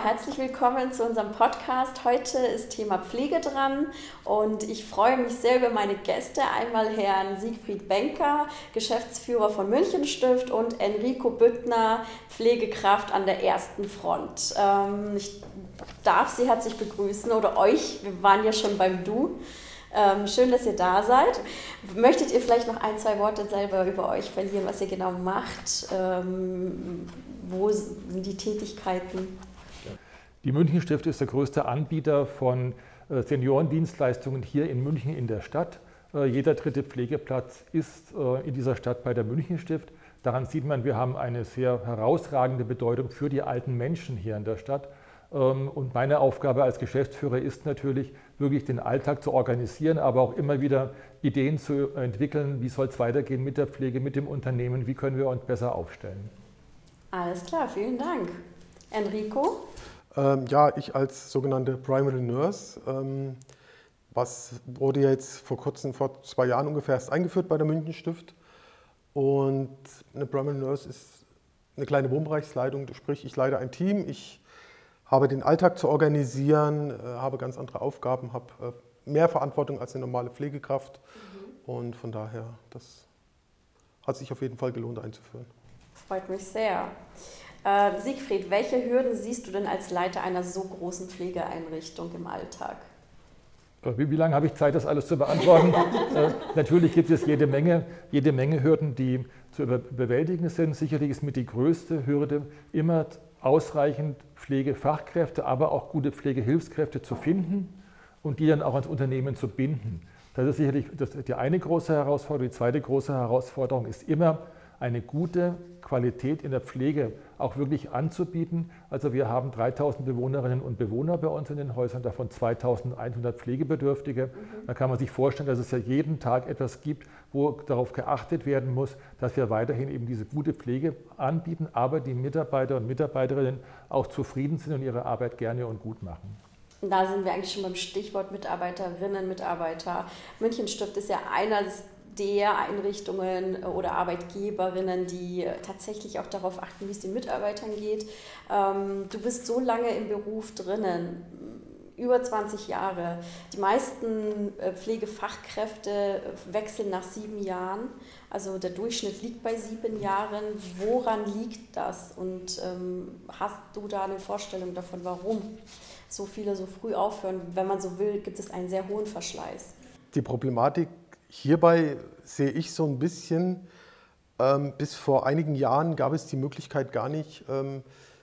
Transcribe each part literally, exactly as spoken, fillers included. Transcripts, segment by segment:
herzlich willkommen zu unserem Podcast. Heute ist Thema Pflege dran und ich freue mich sehr über meine Gäste. Einmal Herrn Siegfried Benker, Geschäftsführer von Münchenstift, und Enrico Büttner, Pflegekraft an der ersten Front. Ähm, ich darf Sie herzlich begrüßen oder euch, wir waren ja schon beim Du. Ähm, schön, dass ihr da seid. Möchtet ihr vielleicht noch ein, zwei Worte selber über euch verlieren, was ihr genau macht? Ähm, wo sind die Tätigkeiten? Die Münchenstift ist der größte Anbieter von äh, Seniorendienstleistungen hier in München in der Stadt. Äh, jeder dritte Pflegeplatz ist äh, in dieser Stadt bei der Münchenstift. Daran sieht man, wir haben eine sehr herausragende Bedeutung für die alten Menschen hier in der Stadt. Und meine Aufgabe als Geschäftsführer ist natürlich, wirklich den Alltag zu organisieren, aber auch immer wieder Ideen zu entwickeln, wie soll es weitergehen mit der Pflege, mit dem Unternehmen, wie können wir uns besser aufstellen. Alles klar, vielen Dank. Enrico? Ähm, ja, ich als sogenannte Primary Nurse, ähm, was wurde jetzt vor kurzem, vor zwei Jahren ungefähr erst eingeführt bei der Münchenstift. Und eine Primary Nurse ist eine kleine Wohnbereichsleitung, sprich ich leite ein Team, ich habe den Alltag zu organisieren, habe ganz andere Aufgaben, habe mehr Verantwortung als eine normale Pflegekraft. Mhm. Und von daher, das hat sich auf jeden Fall gelohnt einzuführen. Freut mich sehr. Äh, Siegfried, welche Hürden siehst du denn als Leiter einer so großen Pflegeeinrichtung im Alltag? Wie, wie lange habe ich Zeit, das alles zu beantworten? äh, natürlich gibt es jede Menge, jede Menge Hürden, die zu bewältigen sind. Sicherlich ist mit die größte Hürde immer ausreichend Pflegefachkräfte, aber auch gute Pflegehilfskräfte zu finden und die dann auch ans Unternehmen zu binden. Das ist sicherlich das die eine große Herausforderung. Die zweite große Herausforderung ist immer, eine gute Qualität in der Pflege auch wirklich anzubieten. Also wir haben dreitausend Bewohnerinnen und Bewohner bei uns in den Häusern, davon zweitausendeinhundert Pflegebedürftige. Mhm. Da kann man sich vorstellen, dass es ja jeden Tag etwas gibt, wo darauf geachtet werden muss, dass wir weiterhin eben diese gute Pflege anbieten, aber die Mitarbeiter und Mitarbeiterinnen auch zufrieden sind und ihre Arbeit gerne und gut machen. Da sind wir eigentlich schon beim Stichwort Mitarbeiterinnen, Mitarbeiter. Münchenstift ist ja einer der Einrichtungen oder Arbeitgeberinnen, die tatsächlich auch darauf achten, wie es den Mitarbeitern geht. Du bist so lange im Beruf drinnen, über zwanzig Jahre. Die meisten Pflegefachkräfte wechseln nach sieben Jahren. Also der Durchschnitt liegt bei sieben Jahren. Woran liegt das? Und hast du da eine Vorstellung davon, warum so viele so früh aufhören? Wenn man so will, gibt es einen sehr hohen Verschleiß. Die Problematik hierbei sehe ich so ein bisschen, ähm, bis vor einigen Jahren gab es die Möglichkeit gar nicht, ähm,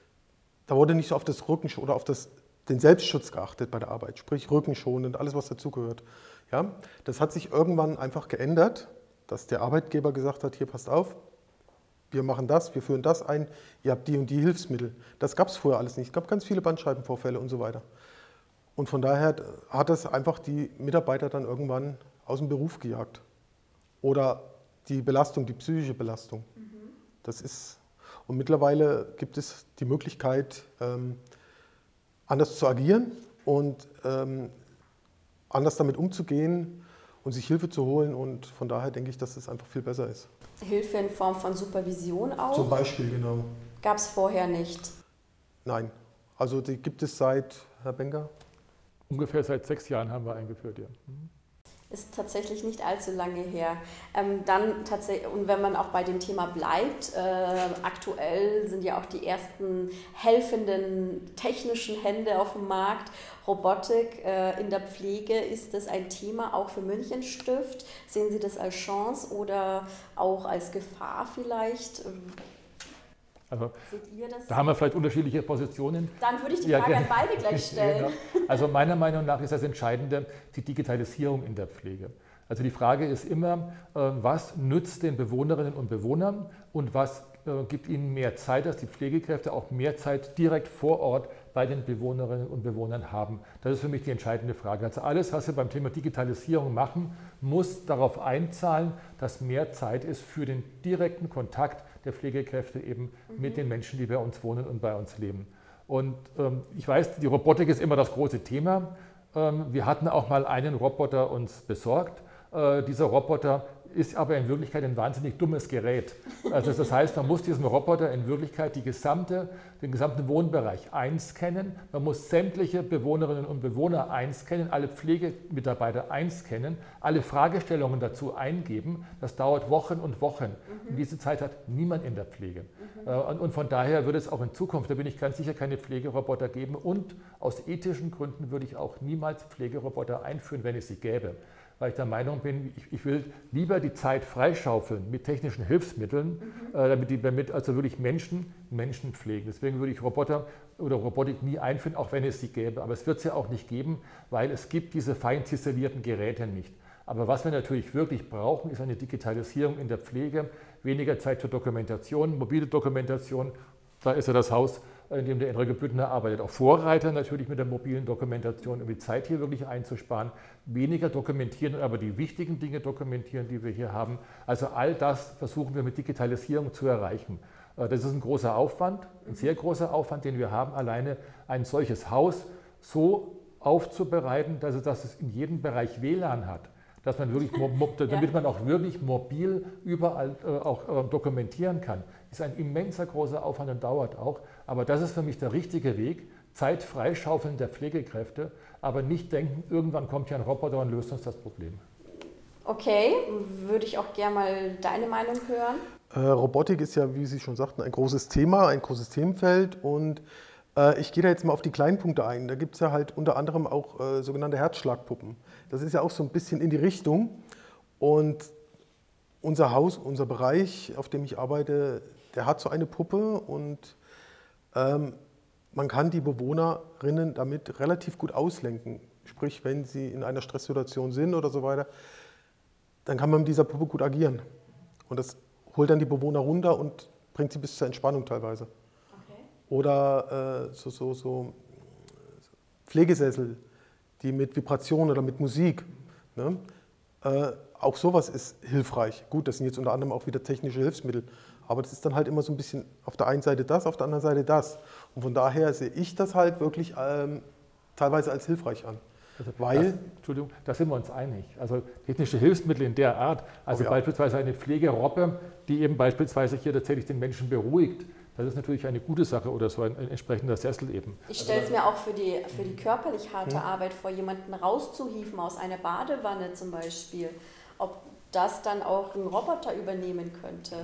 da wurde nicht so auf das Rücken oder auf das, den Selbstschutz geachtet bei der Arbeit, sprich rückenschonend, alles was dazugehört. Ja, das hat sich irgendwann einfach geändert, dass der Arbeitgeber gesagt hat, hier passt auf, wir machen das, wir führen das ein, ihr habt die und die Hilfsmittel. Das gab es vorher alles nicht, es gab ganz viele Bandscheibenvorfälle und so weiter. Und von daher hat das einfach die Mitarbeiter dann irgendwann aus dem Beruf gejagt. Oder die Belastung, die psychische Belastung. Mhm. Das ist, und mittlerweile gibt es die Möglichkeit, ähm, anders zu agieren und ähm, anders damit umzugehen und sich Hilfe zu holen. Und von daher denke ich, dass es einfach viel besser ist. Hilfe in Form von Supervision auch? Zum Beispiel, genau. Gab es vorher nicht? Nein. Also die gibt es seit, Herr Benker? Ungefähr seit sechs Jahren haben wir eingeführt, ja. Mhm. Ist tatsächlich nicht allzu lange her. Ähm, dann tatsächlich, und wenn man auch bei dem Thema bleibt, äh, aktuell sind ja auch die ersten helfenden technischen Hände auf dem Markt. Robotik äh, in der Pflege, ist das ein Thema auch für Münchenstift? Sehen Sie das als Chance oder auch als Gefahr vielleicht? Also, da haben wir vielleicht unterschiedliche Positionen. Dann würde ich die Frage ja, an beide gleich stellen. Genau. Also meiner Meinung nach ist das Entscheidende die Digitalisierung in der Pflege. Also die Frage ist immer, was nützt den Bewohnerinnen und Bewohnern und was gibt ihnen mehr Zeit, dass die Pflegekräfte auch mehr Zeit direkt vor Ort bei den Bewohnerinnen und Bewohnern haben. Das ist für mich die entscheidende Frage. Also alles, was wir beim Thema Digitalisierung machen, muss darauf einzahlen, dass mehr Zeit ist für den direkten Kontakt der Pflegekräfte eben mhm. mit den Menschen, die bei uns wohnen und bei uns leben. Und ähm, ich weiß, die Robotik ist immer das große Thema. Ähm, wir hatten auch mal einen Roboter uns besorgt. Äh, dieser Roboter ist aber in Wirklichkeit ein wahnsinnig dummes Gerät. Also das heißt, man muss diesem Roboter in Wirklichkeit die gesamte, den gesamten Wohnbereich einscannen. Man muss sämtliche Bewohnerinnen und Bewohner einscannen, alle Pflegemitarbeiter einscannen, alle Fragestellungen dazu eingeben. Das dauert Wochen und Wochen. Mhm. Und diese Zeit hat niemand in der Pflege. Mhm. Und von daher wird es auch in Zukunft, da bin ich ganz sicher, keine Pflegeroboter geben. Und aus ethischen Gründen würde ich auch niemals Pflegeroboter einführen, wenn es sie gäbe. Weil ich der Meinung bin, ich, ich will lieber die Zeit freischaufeln mit technischen Hilfsmitteln, mhm. äh, damit, die, damit also wirklich Menschen Menschen pflegen. Deswegen würde ich Roboter oder Robotik nie einführen, auch wenn es sie gäbe. Aber es wird sie auch nicht geben, weil es gibt diese fein ziselierten Geräte nicht. Aber was wir natürlich wirklich brauchen, ist eine Digitalisierung in der Pflege, weniger Zeit für Dokumentation, mobile Dokumentation. Da ist ja das Haus, in dem der Enrico Büttner arbeitet, auch Vorreiter natürlich mit der mobilen Dokumentation, um die Zeit hier wirklich einzusparen, weniger dokumentieren, aber die wichtigen Dinge dokumentieren, die wir hier haben. Also all das versuchen wir mit Digitalisierung zu erreichen. Das ist ein großer Aufwand, ein sehr großer Aufwand, den wir haben, alleine ein solches Haus so aufzubereiten, dass es, dass es in jedem Bereich W L A N hat. Dass man wirklich, damit man auch wirklich mobil überall äh, auch äh, dokumentieren kann, ist ein immenser großer Aufwand und dauert auch. Aber das ist für mich der richtige Weg, Zeit freischaufeln der Pflegekräfte, aber nicht denken, irgendwann kommt hier ein Roboter und löst uns das Problem. Okay, würde ich auch gerne mal deine Meinung hören. Äh, Robotik ist ja, wie Sie schon sagten, ein großes Thema, ein großes Themenfeld und äh, ich gehe da jetzt mal auf die kleinen Punkte ein. Da gibt es ja halt unter anderem auch äh, sogenannte Herzschlagpuppen. Das ist ja auch so ein bisschen in die Richtung und unser Haus, unser Bereich, auf dem ich arbeite, der hat so eine Puppe und ähm, man kann die Bewohnerinnen damit relativ gut auslenken. Sprich, wenn sie in einer Stresssituation sind oder so weiter, dann kann man mit dieser Puppe gut agieren. Und das holt dann die Bewohner runter und bringt sie bis zur Entspannung teilweise. Okay. Oder äh, so, so, so Pflegesessel, die mit Vibration oder mit Musik. Ne? Äh, auch sowas ist hilfreich. Gut, das sind jetzt unter anderem auch wieder technische Hilfsmittel. Aber das ist dann halt immer so ein bisschen auf der einen Seite das, auf der anderen Seite das. Und von daher sehe ich das halt wirklich ähm, teilweise als hilfreich an. Also Weil, das, Entschuldigung, da sind wir uns einig. Also technische Hilfsmittel in der Art, also oh ja. beispielsweise eine Pflegerobbe, die eben beispielsweise hier tatsächlich den Menschen beruhigt, das ist natürlich eine gute Sache oder so ein, ein entsprechender Sessel eben. Ich stelle es mir auch für die, für die körperlich harte hm. Arbeit vor, jemanden rauszuhieven aus einer Badewanne zum Beispiel, ob das dann auch ein Roboter übernehmen könnte.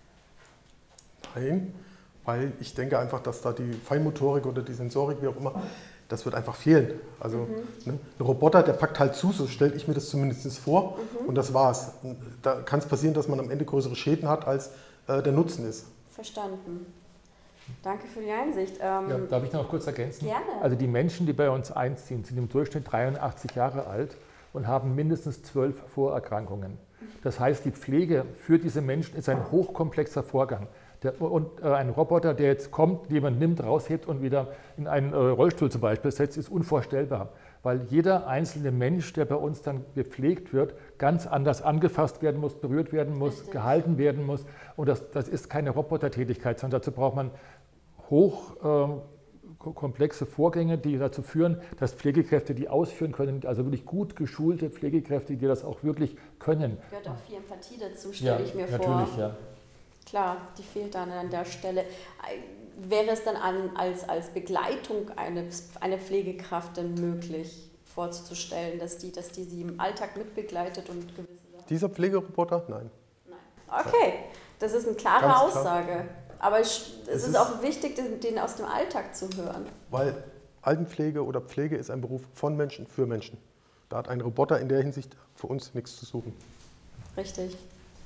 Nein, weil ich denke einfach, dass da die Feinmotorik oder die Sensorik, wie auch immer, das wird einfach fehlen. Also mhm. ne, ein Roboter, der packt halt zu, so stelle ich mir das zumindest vor mhm. und das war's. Da kann es passieren, dass man am Ende größere Schäden hat, als äh, der Nutzen ist. Verstanden. Danke für die Einsicht. Ähm, ja, darf ich noch kurz ergänzen? Gerne. Also die Menschen, die bei uns einziehen, sind im Durchschnitt dreiundachtzig Jahre alt und haben mindestens zwölf Vorerkrankungen. Das heißt, die Pflege für diese Menschen ist ein hochkomplexer Vorgang. Der, und äh, ein Roboter, der jetzt kommt, jemand nimmt, raushebt und wieder in einen äh, Rollstuhl zum Beispiel setzt, ist unvorstellbar. Weil jeder einzelne Mensch, der bei uns dann gepflegt wird, ganz anders angefasst werden muss, berührt werden muss, Richtig. gehalten werden muss. Und das, das ist keine Robotertätigkeit, sondern dazu braucht man hoch äh, komplexe Vorgänge, die dazu führen, dass Pflegekräfte die ausführen können, also wirklich gut geschulte Pflegekräfte, die das auch wirklich können. Gehört auch viel Empathie dazu, stelle ja, ich mir natürlich, vor. Natürlich, ja. Klar, die fehlt dann an der Stelle. Wäre es dann an, als, als Begleitung eine, eine Pflegekraft denn möglich vorzustellen, dass die, dass die sie im Alltag mitbegleitet und gewisse Sachen? Dieser Pflegeroboter? Nein. Nein. Okay, das ist eine klare Ganz Aussage. Klar. Aber es, es ist, ist auch wichtig, den, den aus dem Alltag zu hören. Weil Altenpflege oder Pflege ist ein Beruf von Menschen für Menschen. Da hat ein Roboter in der Hinsicht für uns nichts zu suchen. Richtig.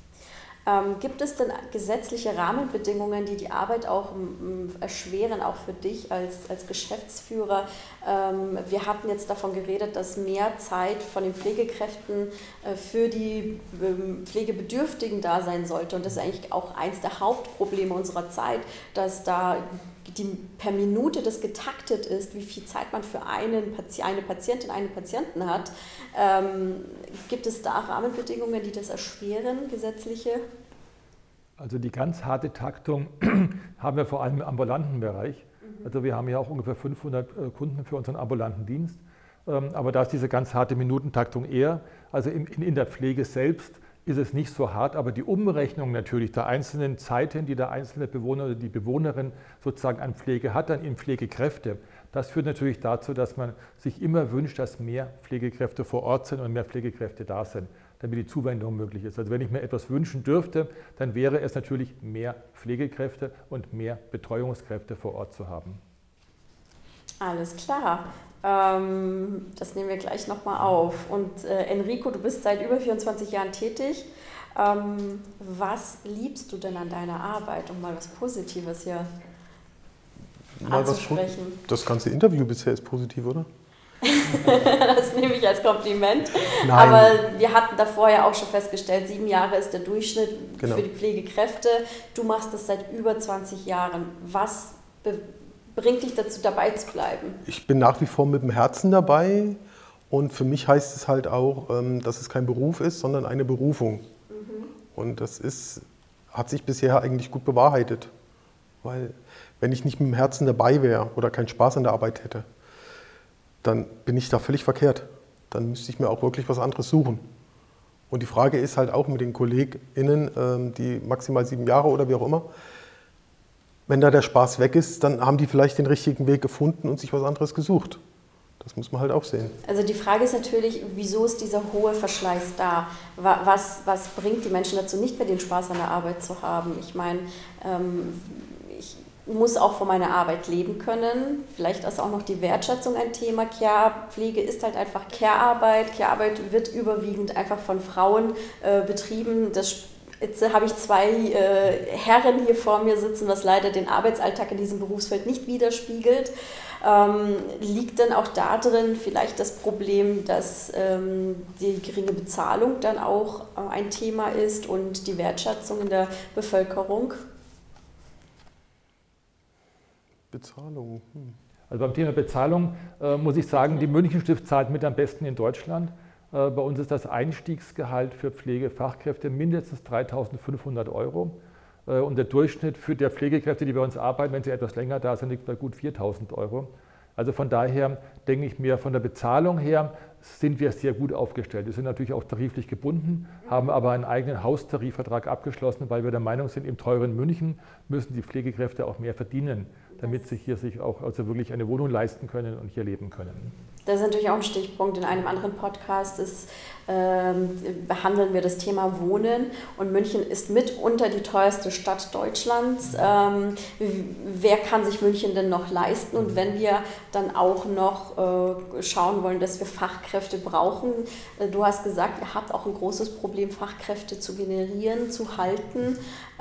Ähm, gibt es denn gesetzliche Rahmenbedingungen, die die Arbeit auch m, erschweren, auch für dich als, als Geschäftsführer? Ähm, wir hatten jetzt davon geredet, dass mehr Zeit von den Pflegekräften äh, für die ähm, Pflegebedürftigen da sein sollte. Und das ist eigentlich auch eins der Hauptprobleme unserer Zeit, dass da die, per Minute das getaktet ist, wie viel Zeit man für einen, eine Patientin, einen Patienten hat. Ähm, gibt es da Rahmenbedingungen, die das erschweren, gesetzliche? Also die ganz harte Taktung haben wir vor allem im ambulanten Bereich. Mhm. Also wir haben ja auch ungefähr fünfhundert Kunden für unseren ambulanten Dienst. Aber da ist diese ganz harte Minutentaktung eher. Also in, in der Pflege selbst ist es nicht so hart, aber die Umrechnung natürlich der einzelnen Zeiten, die der einzelne Bewohner oder die Bewohnerin sozusagen an Pflege hat, dann in Pflegekräfte, das führt natürlich dazu, dass man sich immer wünscht, dass mehr Pflegekräfte vor Ort sind und mehr Pflegekräfte da sind, damit die Zuwendung möglich ist. Also wenn ich mir etwas wünschen dürfte, dann wäre es natürlich mehr Pflegekräfte und mehr Betreuungskräfte vor Ort zu haben. Alles klar. Ähm, das nehmen wir gleich nochmal auf. Und äh, Enrico, du bist seit über vierundzwanzig Jahren tätig. Ähm, was liebst du denn an deiner Arbeit, um mal was Positives hier mal anzusprechen? Was, das ganze Interview bisher ist positiv, oder? Das nehme ich als Kompliment. Nein. Aber wir hatten davor ja auch schon festgestellt, sieben Jahre ist der Durchschnitt genau. für die Pflegekräfte. Du machst das seit über zwanzig Jahren. Was be- bringt dich dazu, dabei zu bleiben? Ich bin nach wie vor mit dem Herzen dabei und für mich heißt es halt auch, dass es kein Beruf ist, sondern eine Berufung. Mhm. Und das ist, hat sich bisher eigentlich gut bewahrheitet, weil wenn ich nicht mit dem Herzen dabei wäre oder keinen Spaß an der Arbeit hätte, dann bin ich da völlig verkehrt. Dann müsste ich mir auch wirklich was anderes suchen. Und die Frage ist halt auch mit den KollegInnen, die maximal sieben Jahre oder wie auch immer, wenn da der Spaß weg ist, dann haben die vielleicht den richtigen Weg gefunden und sich was anderes gesucht. Das muss man halt auch sehen. Also die Frage ist natürlich, wieso ist dieser hohe Verschleiß da? Was, was bringt die Menschen dazu, nicht mehr den Spaß an der Arbeit zu haben? Ich meine, ähm, ich muss auch von meiner Arbeit leben können. Vielleicht ist auch noch die Wertschätzung ein Thema. Care-Pflege ist halt einfach Care-Arbeit. Care-Arbeit wird überwiegend einfach von Frauen äh, betrieben. Das Jetzt habe ich zwei äh, Herren hier vor mir sitzen, was leider den Arbeitsalltag in diesem Berufsfeld nicht widerspiegelt. Ähm, liegt dann auch darin vielleicht das Problem, dass ähm, die geringe Bezahlung dann auch äh, ein Thema ist und die Wertschätzung in der Bevölkerung? Bezahlung. Hm. Also beim Thema Bezahlung äh, muss ich sagen, die Münchenstift zahlt mit am besten in Deutschland. Bei uns ist das Einstiegsgehalt für Pflegefachkräfte mindestens dreitausendfünfhundert Euro. Und der Durchschnitt für die Pflegekräfte, die bei uns arbeiten, wenn sie etwas länger da sind, liegt bei gut viertausend Euro. Also von daher denke ich mir, von der Bezahlung her sind wir sehr gut aufgestellt. Wir sind natürlich auch tariflich gebunden, haben aber einen eigenen Haustarifvertrag abgeschlossen, weil wir der Meinung sind, im teuren München müssen die Pflegekräfte auch mehr verdienen, damit sie hier sich auch also wirklich eine Wohnung leisten können und hier leben können. Das ist natürlich auch ein Stichpunkt. In einem anderen Podcast ist, ähm, behandeln wir das Thema Wohnen. Und München ist mitunter die teuerste Stadt Deutschlands. Ähm, wer kann sich München denn noch leisten? Und wenn wir dann auch noch äh, schauen wollen, dass wir Fachkräfte brauchen, äh, du hast gesagt, ihr habt auch ein großes Problem, Fachkräfte zu generieren, zu halten.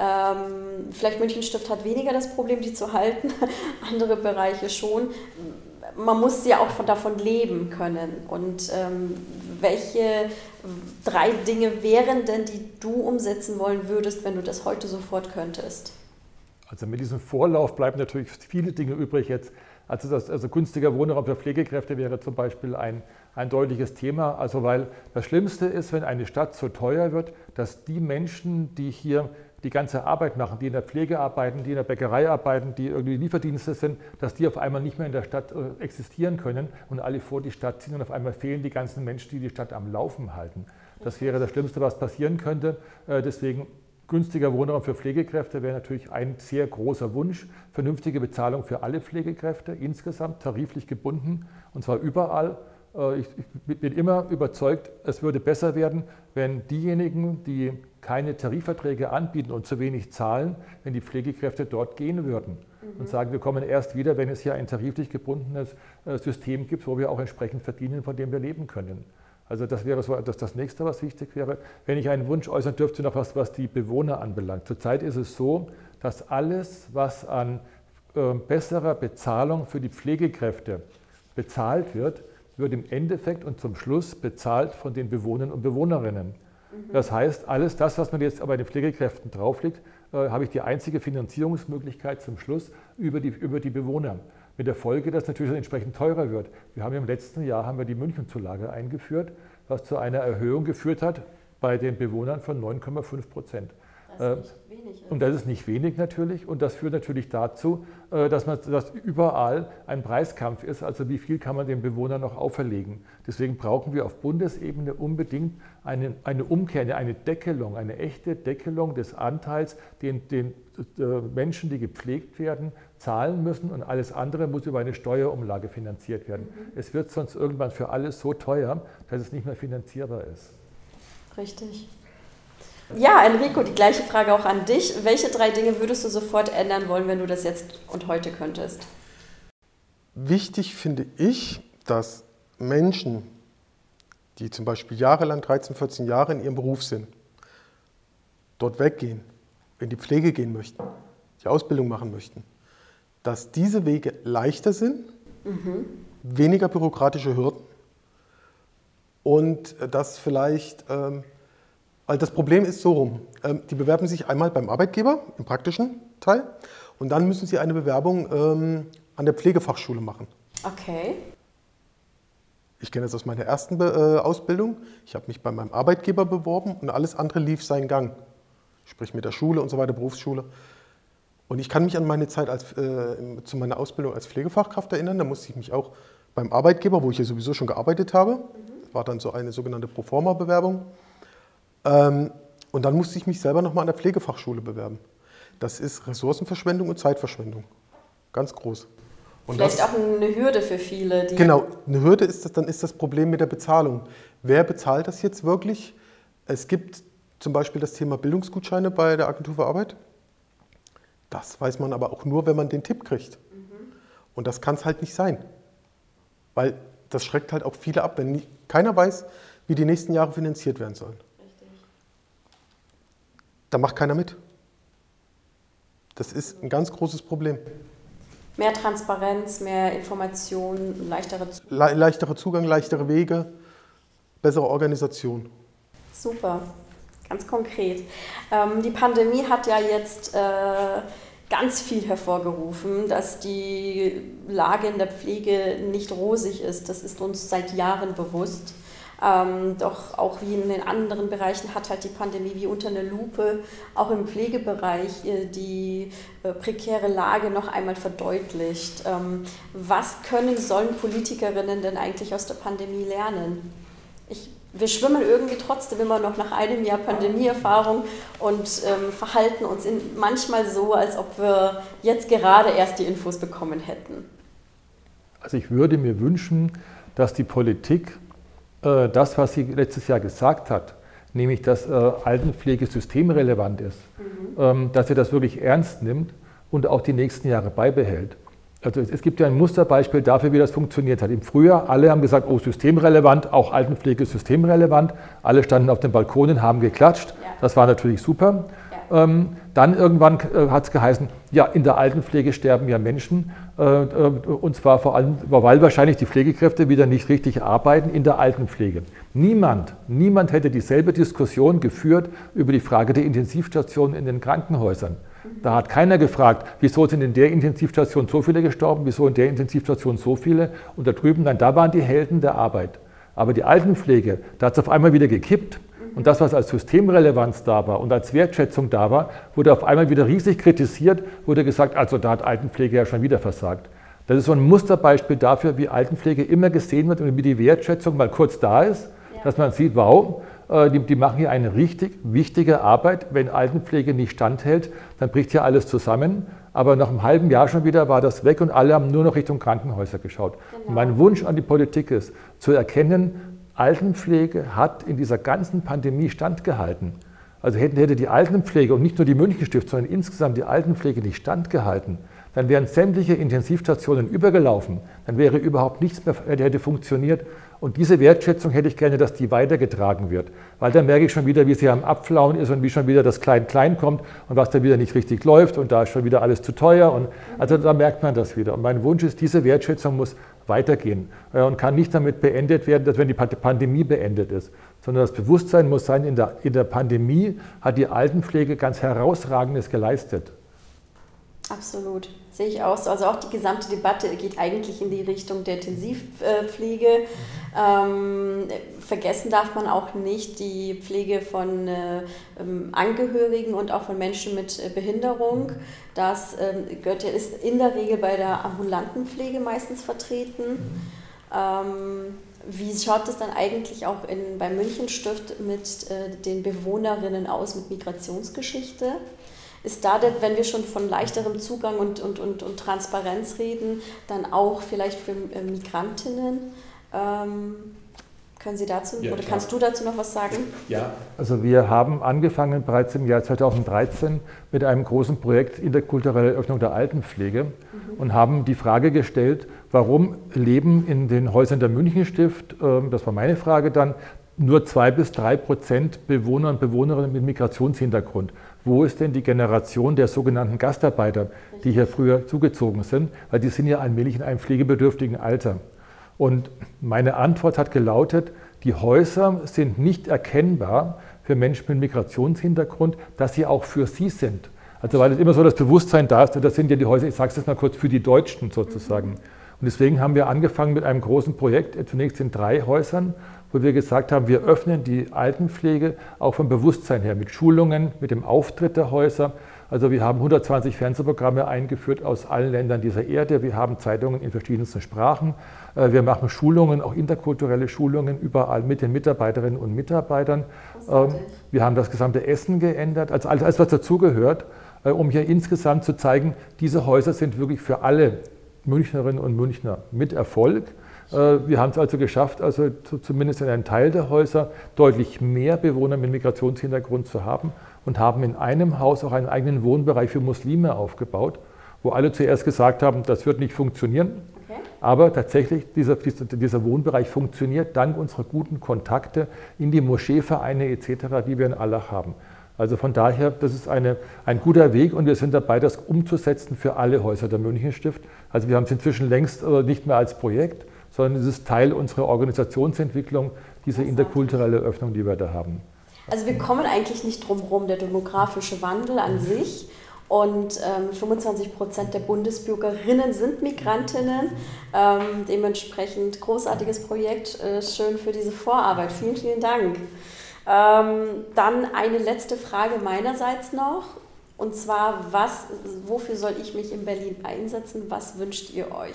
Ähm, vielleicht Münchenstift hat weniger das Problem, die zu halten, andere Bereiche schon. Man muss ja auch von, davon leben können. Und ähm, welche drei Dinge wären denn, die du umsetzen wollen würdest, wenn du das heute sofort könntest? Also mit diesem Vorlauf bleiben natürlich viele Dinge übrig jetzt. Also, das, also günstiger Wohnraum für Pflegekräfte wäre zum Beispiel ein, ein deutliches Thema. Also weil das Schlimmste ist, wenn eine Stadt so teuer wird, dass die Menschen, die hier die ganze Arbeit machen, die in der Pflege arbeiten, die in der Bäckerei arbeiten, die irgendwie Lieferdienste sind, dass die auf einmal nicht mehr in der Stadt äh, existieren können und alle vor die Stadt ziehen und auf einmal fehlen die ganzen Menschen, die die Stadt am Laufen halten. Das wäre das Schlimmste, was passieren könnte. Äh, deswegen günstiger Wohnraum für Pflegekräfte wäre natürlich ein sehr großer Wunsch. Vernünftige Bezahlung für alle Pflegekräfte, insgesamt tariflich gebunden und zwar überall. Äh, ich, ich bin immer überzeugt, es würde besser werden, wenn diejenigen, die keine Tarifverträge anbieten und zu wenig zahlen, wenn die Pflegekräfte dort gehen würden mhm. und sagen, wir kommen erst wieder, wenn es hier ein tariflich gebundenes System gibt, wo wir auch entsprechend verdienen, von dem wir leben können. Also das wäre so das, das Nächste, was wichtig wäre. Wenn ich einen Wunsch äußern dürfte, noch was, was die Bewohner anbelangt. Zurzeit ist es so, dass alles, was an äh, besserer Bezahlung für die Pflegekräfte bezahlt wird, wird im Endeffekt und zum Schluss bezahlt von den Bewohnern und Bewohnerinnen. Das heißt, alles das, was man jetzt bei den Pflegekräften drauflegt, äh, habe ich die einzige Finanzierungsmöglichkeit zum Schluss über die, über die Bewohner. Mit der Folge, dass natürlich entsprechend teurer wird. Wir haben im letzten Jahr haben wir die Münchenzulage eingeführt, was zu einer Erhöhung geführt hat bei den Bewohnern von neun Komma fünf Prozent. Das ist nicht wenig. Und das ist nicht wenig natürlich und das führt natürlich dazu, dass, man, dass überall ein Preiskampf ist, also wie viel kann man den Bewohnern noch auferlegen. Deswegen brauchen wir auf Bundesebene unbedingt eine, eine Umkehr, eine Deckelung, eine echte Deckelung des Anteils, den, den äh, Menschen, die gepflegt werden, zahlen müssen und alles andere muss über eine Steuerumlage finanziert werden. Mhm. Es wird sonst irgendwann für alles so teuer, dass es nicht mehr finanzierbar ist. Richtig. Ja, Enrico, die gleiche Frage auch an dich. Welche drei Dinge würdest du sofort ändern wollen, wenn du das jetzt und heute könntest? Wichtig finde ich, dass Menschen, die zum Beispiel jahrelang, dreizehn, vierzehn Jahre in ihrem Beruf sind, dort weggehen, in die Pflege gehen möchten, die Ausbildung machen möchten, dass diese Wege leichter sind, mhm. weniger bürokratische Hürden und dass vielleicht... Ähm, Weil das Problem ist so rum, die bewerben sich einmal beim Arbeitgeber im praktischen Teil und dann müssen sie eine Bewerbung ähm, an der Pflegefachschule machen. Okay. Ich kenne das aus meiner ersten Be äh, Ausbildung. Ich habe mich bei meinem Arbeitgeber beworben und alles andere lief seinen Gang. Sprich mit der Schule und so weiter, Berufsschule. Und ich kann mich an meine Zeit als, äh, zu meiner Ausbildung als Pflegefachkraft erinnern. Da musste ich mich auch beim Arbeitgeber, wo ich ja sowieso schon gearbeitet habe, mhm. das war dann so eine sogenannte Proforma-Bewerbung, und dann musste ich mich selber nochmal an der Pflegefachschule bewerben. Das ist Ressourcenverschwendung und Zeitverschwendung. Ganz groß. Und Vielleicht das, auch eine Hürde für viele. Die genau, eine Hürde ist das, dann ist das Problem mit der Bezahlung. Wer bezahlt das jetzt wirklich? Es gibt zum Beispiel das Thema Bildungsgutscheine bei der Agentur für Arbeit. Das weiß man aber auch nur, wenn man den Tipp kriegt. Mhm. Und das kann es halt nicht sein. Weil das schreckt halt auch viele ab, wenn nicht, keiner weiß, wie die nächsten Jahre finanziert werden sollen. Da macht keiner mit. Das ist ein ganz großes Problem. Mehr Transparenz, mehr Informationen, leichtere Zugang. Le leichterer Zugang, leichtere Wege, bessere Organisation. Super, ganz konkret. Ähm, die Pandemie hat ja jetzt äh, ganz viel hervorgerufen, dass die Lage in der Pflege nicht rosig ist. Das ist uns seit Jahren bewusst. Ähm, doch auch wie in den anderen Bereichen hat halt die Pandemie wie unter einer Lupe auch im Pflegebereich äh, die äh, prekäre Lage noch einmal verdeutlicht. Ähm, was können, sollen Politikerinnen denn eigentlich aus der Pandemie lernen? Ich, wir schwimmen irgendwie trotzdem immer noch nach einem Jahr Pandemieerfahrung und ähm, verhalten uns in, manchmal so, als ob wir jetzt gerade erst die Infos bekommen hätten. Also ich würde mir wünschen, dass die Politik das, was sie letztes Jahr gesagt hat, nämlich dass äh, Altenpflege systemrelevant ist, mhm. ähm, dass sie das wirklich ernst nimmt und auch die nächsten Jahre beibehält. Also es, es gibt ja ein Musterbeispiel dafür, wie das funktioniert hat. Im Frühjahr, alle haben gesagt, oh, systemrelevant, auch Altenpflege ist systemrelevant. Alle standen auf den Balkonen, haben geklatscht. Ja. Das war natürlich super. Ja. Ähm, dann irgendwann äh, hat es geheißen, ja, in der Altenpflege sterben ja Menschen. Äh, äh, und zwar vor allem, weil wahrscheinlich die Pflegekräfte wieder nicht richtig arbeiten in der Altenpflege. Niemand, niemand hätte dieselbe Diskussion geführt über die Frage der Intensivstationen in den Krankenhäusern. Da hat keiner gefragt, wieso sind in der Intensivstation so viele gestorben, wieso in der Intensivstation so viele. Und da drüben, nein, da waren die Helden der Arbeit. Aber die Altenpflege, da hat es auf einmal wieder gekippt. Und das, was als Systemrelevanz da war und als Wertschätzung da war, wurde auf einmal wieder riesig kritisiert, wurde gesagt, also da hat Altenpflege ja schon wieder versagt. Das ist so ein Musterbeispiel dafür, wie Altenpflege immer gesehen wird und wie die Wertschätzung mal kurz da ist, ja. dass man sieht, wow, die, die machen hier eine richtig wichtige Arbeit. Wenn Altenpflege nicht standhält, dann bricht hier alles zusammen. Aber nach einem halben Jahr schon wieder war das weg und alle haben nur noch Richtung Krankenhäuser geschaut. Genau. Und mein Wunsch an die Politik ist, zu erkennen, Altenpflege hat in dieser ganzen Pandemie standgehalten. Also hätte, hätte die Altenpflege und nicht nur die München-Stiftung, sondern insgesamt die Altenpflege nicht standgehalten, dann wären sämtliche Intensivstationen übergelaufen. Dann wäre überhaupt nichts mehr hätte funktioniert. Und diese Wertschätzung hätte ich gerne, dass die weitergetragen wird. Weil dann merke ich schon wieder, wie sie am Abflauen ist und wie schon wieder das Klein-Klein kommt und was dann wieder nicht richtig läuft und da ist schon wieder alles zu teuer. Und also da merkt man das wieder. Und mein Wunsch ist, diese Wertschätzung muss weitergehen und kann nicht damit beendet werden, dass wenn die Pandemie beendet ist, sondern das Bewusstsein muss sein, in der, in der Pandemie hat die Altenpflege ganz Herausragendes geleistet. Absolut. Sehe ich auch so. Also auch die gesamte Debatte geht eigentlich in die Richtung der Intensivpflege. Ähm, vergessen darf man auch nicht die Pflege von äh, Angehörigen und auch von Menschen mit äh, Behinderung. Das ähm, gehört ja, ist in der Regel bei der ambulanten Pflege meistens vertreten. Ähm, wie schaut es dann eigentlich auch in, beim Münchenstift mit äh, den Bewohnerinnen aus mit Migrationsgeschichte? Ist da, denn, wenn wir schon von leichterem Zugang und, und, und, und Transparenz reden, dann auch vielleicht für äh, Migrantinnen? Ähm, können Sie dazu, ja, oder klar. Kannst du dazu noch was sagen? Ja, also wir haben angefangen bereits im Jahr zweitausenddreizehn mit einem großen Projekt interkulturelle Öffnung der Altenpflege mhm. und haben die Frage gestellt, warum leben in den Häusern der Münchenstift, äh, das war meine Frage dann, nur zwei bis drei Prozent Bewohner und Bewohnerinnen mit Migrationshintergrund. Wo ist denn die Generation der sogenannten Gastarbeiter, die hier früher zugezogen sind? Weil die sind ja allmählich in einem pflegebedürftigen Alter. Und meine Antwort hat gelautet, die Häuser sind nicht erkennbar für Menschen mit Migrationshintergrund, dass sie auch für sie sind. Also weil es immer so das Bewusstsein da ist, das sind ja die Häuser, ich sage es jetzt mal kurz, für die Deutschen sozusagen. Und deswegen haben wir angefangen mit einem großen Projekt, zunächst in drei Häusern, wo wir gesagt haben, wir öffnen die Altenpflege auch vom Bewusstsein her, mit Schulungen, mit dem Auftritt der Häuser. Also wir haben hundertzwanzig Fernsehprogramme eingeführt aus allen Ländern dieser Erde. Wir haben Zeitungen in verschiedensten Sprachen. Wir machen Schulungen, auch interkulturelle Schulungen, überall mit den Mitarbeiterinnen und Mitarbeitern. Wir haben das gesamte Essen geändert, also alles, was dazugehört, um hier insgesamt zu zeigen, diese Häuser sind wirklich für alle Münchnerinnen und Münchner mit Erfolg. Wir haben es also geschafft, also zumindest in einem Teil der Häuser deutlich mehr Bewohner mit Migrationshintergrund zu haben und haben in einem Haus auch einen eigenen Wohnbereich für Muslime aufgebaut, wo alle zuerst gesagt haben, das wird nicht funktionieren. Okay. Aber tatsächlich, dieser, dieser Wohnbereich funktioniert dank unserer guten Kontakte in die Moscheevereine et cetera, die wir in Allach haben. Also von daher, das ist eine, ein guter Weg und wir sind dabei, das umzusetzen für alle Häuser der Münchenstift. Also wir haben es inzwischen längst nicht mehr als Projekt, sondern es ist Teil unserer Organisationsentwicklung, diese interkulturelle Öffnung, die wir da haben. Also wir kommen eigentlich nicht drum herum, der demografische Wandel an sich. Und ähm, fünfundzwanzig Prozent der Bundesbürgerinnen sind Migrantinnen. Ähm, dementsprechend großartiges Projekt, äh, schön für diese Vorarbeit. Vielen, vielen Dank. Ähm, dann eine letzte Frage meinerseits noch. Und zwar, was, wofür soll ich mich in Berlin einsetzen? Was wünscht ihr euch?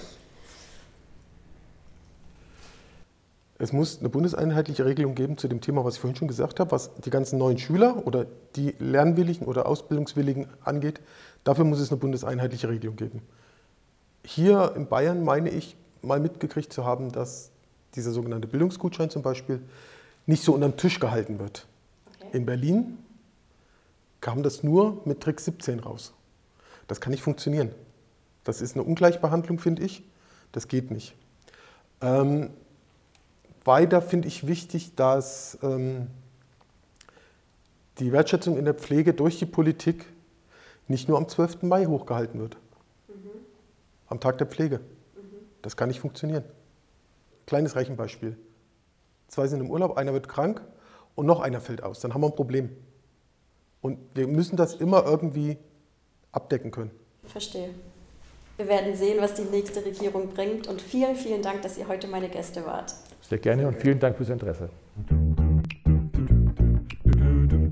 Es muss eine bundeseinheitliche Regelung geben zu dem Thema, was ich vorhin schon gesagt habe, was die ganzen neuen Schüler oder die Lernwilligen oder Ausbildungswilligen angeht. Dafür muss es eine bundeseinheitliche Regelung geben. Hier in Bayern meine ich, mal mitgekriegt zu haben, dass dieser sogenannte Bildungsgutschein zum Beispiel nicht so unter den Tisch gehalten wird. Okay. In Berlin kam das nur mit Trick siebzehn raus. Das kann nicht funktionieren. Das ist eine Ungleichbehandlung, finde ich. Das geht nicht. Ähm, Weiter finde ich wichtig, dass ähm, die Wertschätzung in der Pflege durch die Politik nicht nur am zwölften Mai hochgehalten wird. Mhm. Am Tag der Pflege. Mhm. Das kann nicht funktionieren. Kleines Rechenbeispiel. Zwei sind im Urlaub, einer wird krank und noch einer fällt aus. Dann haben wir ein Problem. Und wir müssen das immer irgendwie abdecken können. Verstehe. Wir werden sehen, was die nächste Regierung bringt. Und vielen, vielen Dank, dass ihr heute meine Gäste wart. Sehr gerne und vielen Dank fürs Interesse.